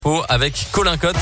Avec Colin Cotte.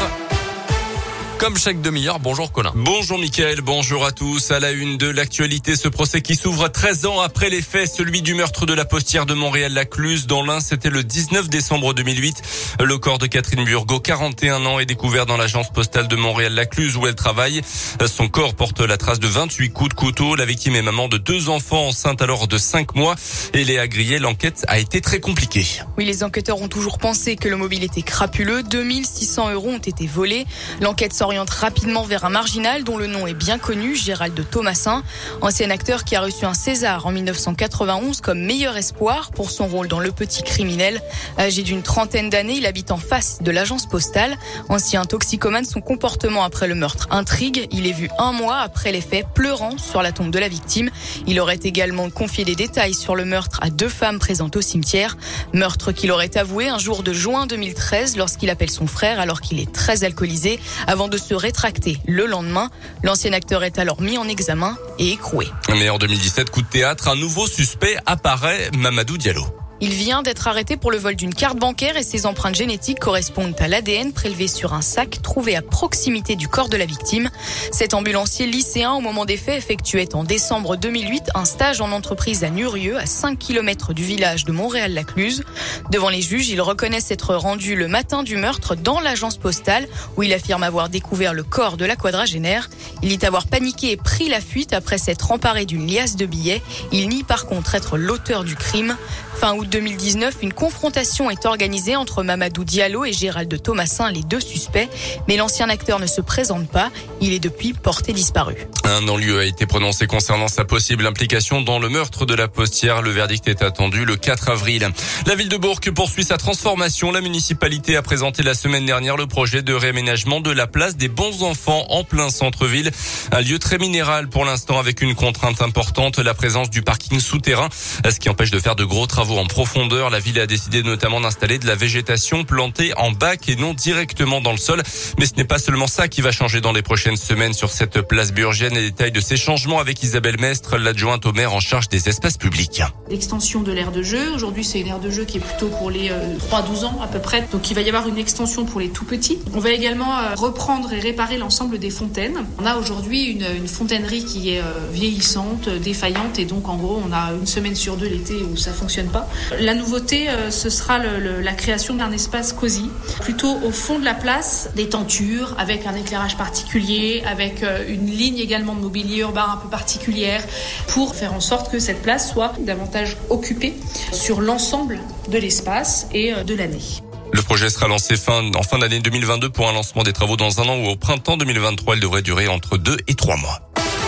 Comme chaque demi-heure, bonjour Colin. Bonjour Mickaël, bonjour à tous. À la une de l'actualité, ce procès qui s'ouvre 13 ans après les faits, celui du meurtre de la postière de Montréal-Lacluse. Dans l'Ain, c'était le 19 décembre 2008. Le corps de Catherine Burgot, 41 ans, est découvert dans l'agence postale de Montréal-Lacluse où elle travaille. Son corps porte la trace de 28 coups de couteau. La victime est maman de 2 enfants, enceinte alors de 5 mois. Et Léa Grillet, l'enquête a été très compliquée. Oui, les enquêteurs ont toujours pensé que le mobile était crapuleux. 2600 € ont été volés. L'enquête s'oriente rapidement vers un marginal dont le nom est bien connu, Gérald Thomasin, ancien acteur qui a reçu un César en 1991 comme meilleur espoir pour son rôle dans Le Petit Criminel. Âgé d'une trentaine d'années, il habite en face de l'agence postale. Ancien toxicomane, son comportement après le meurtre intrigue. Il est vu 1 mois après les faits, pleurant sur la tombe de la victime. Il aurait également confié des détails sur le meurtre à 2 femmes présentes au cimetière. Meurtre qu'il aurait avoué un jour de juin 2013 lorsqu'il appelle son frère alors qu'il est très alcoolisé avant de se rétracter le lendemain. L'ancien acteur est alors mis en examen et écroué. Mais en 2017, coup de théâtre, un nouveau suspect apparaît, Mamadou Diallo. Il vient d'être arrêté pour le vol d'une carte bancaire et ses empreintes génétiques correspondent à l'ADN prélevé sur un sac trouvé à proximité du corps de la victime. Cet ambulancier lycéen, au moment des faits, effectuait en décembre 2008 un stage en entreprise à Nurieux, à 5 km du village de Montréal-Lacluse. Devant les juges, il reconnaît s'être rendu le matin du meurtre dans l'agence postale où il affirme avoir découvert le corps de la quadragénaire. Il dit avoir paniqué et pris la fuite après s'être emparé d'une liasse de billets. Il nie par contre être l'auteur du crime. Fin août 2019, une confrontation est organisée entre Mamadou Diallo et Gérald Thomasin, les 2 suspects. Mais l'ancien acteur ne se présente pas. Il est depuis porté disparu. Un non-lieu a été prononcé concernant sa possible implication dans le meurtre de la postière. Le verdict est attendu le 4 avril. La ville de Bourg poursuit sa transformation. La municipalité a présenté la semaine dernière le projet de réaménagement de la place des Bons Enfants en plein centre-ville. Un lieu très minéral pour l'instant avec une contrainte importante, la présence du parking souterrain, ce qui empêche de faire de gros travaux en profondeur. La ville a décidé notamment d'installer de la végétation plantée en bac et non directement dans le sol. Mais ce n'est pas seulement ça qui va changer dans les prochaines semaines sur cette place burgienne. Les détails de ces changements avec Isabelle Mestre, l'adjointe au maire en charge des espaces publics. L'extension de l'aire de jeu. Aujourd'hui, c'est une aire de jeu qui est plutôt pour les 3-12 ans à peu près. Donc il va y avoir une extension pour les tout petits. On va également reprendre et réparer l'ensemble des fontaines. On a aujourd'hui une fontainerie qui est vieillissante, défaillante et donc en gros on a une semaine sur 2 l'été où ça fonctionne pas. La nouveauté, ce sera la création d'un espace cosy, plutôt au fond de la place, des tentures avec un éclairage particulier, avec une ligne également de mobilier urbain un peu particulière pour faire en sorte que cette place soit davantage occupée sur l'ensemble de l'espace et de l'année. Le projet sera lancé en fin d'année 2022 pour un lancement des travaux dans 1 an ou au printemps 2023. Il devrait durer entre 2 et 3 mois.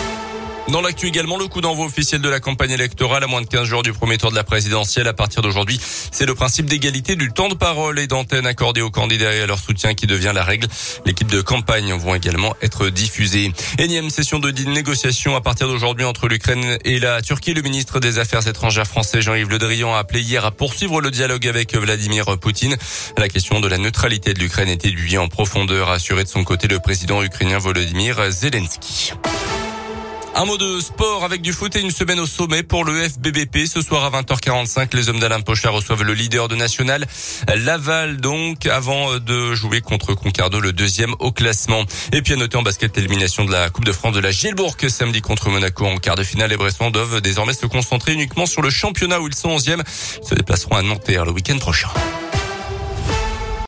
Dans l'actu également, le coup d'envoi officiel de la campagne électorale à moins de 15 jours du premier tour de la présidentielle. À partir d'aujourd'hui, c'est le principe d'égalité du temps de parole et d'antenne accordé aux candidats et à leur soutien qui devient la règle. L'équipe de campagne vont également être diffusée. Énième session de négociation à partir d'aujourd'hui entre l'Ukraine et la Turquie. Le ministre des Affaires étrangères français Jean-Yves Le Drian a appelé hier à poursuivre le dialogue avec Vladimir Poutine. La question de la neutralité de l'Ukraine est étudiée en profondeur, a assuré de son côté le président ukrainien Volodymyr Zelensky. Un mot de sport avec du foot et une semaine au sommet pour le FBBP. Ce soir à 20h45, les hommes d'Alain Pochard reçoivent le leader de National, Laval, donc, avant de jouer contre Concarneau, le 2e au classement. Et puis à noter en basket l'élimination de la Coupe de France de la Gielbourg samedi contre Monaco en quart de finale. Les Bressois doivent désormais se concentrer uniquement sur le championnat où ils sont 11e. Ils se déplaceront à Nanterre le week-end prochain.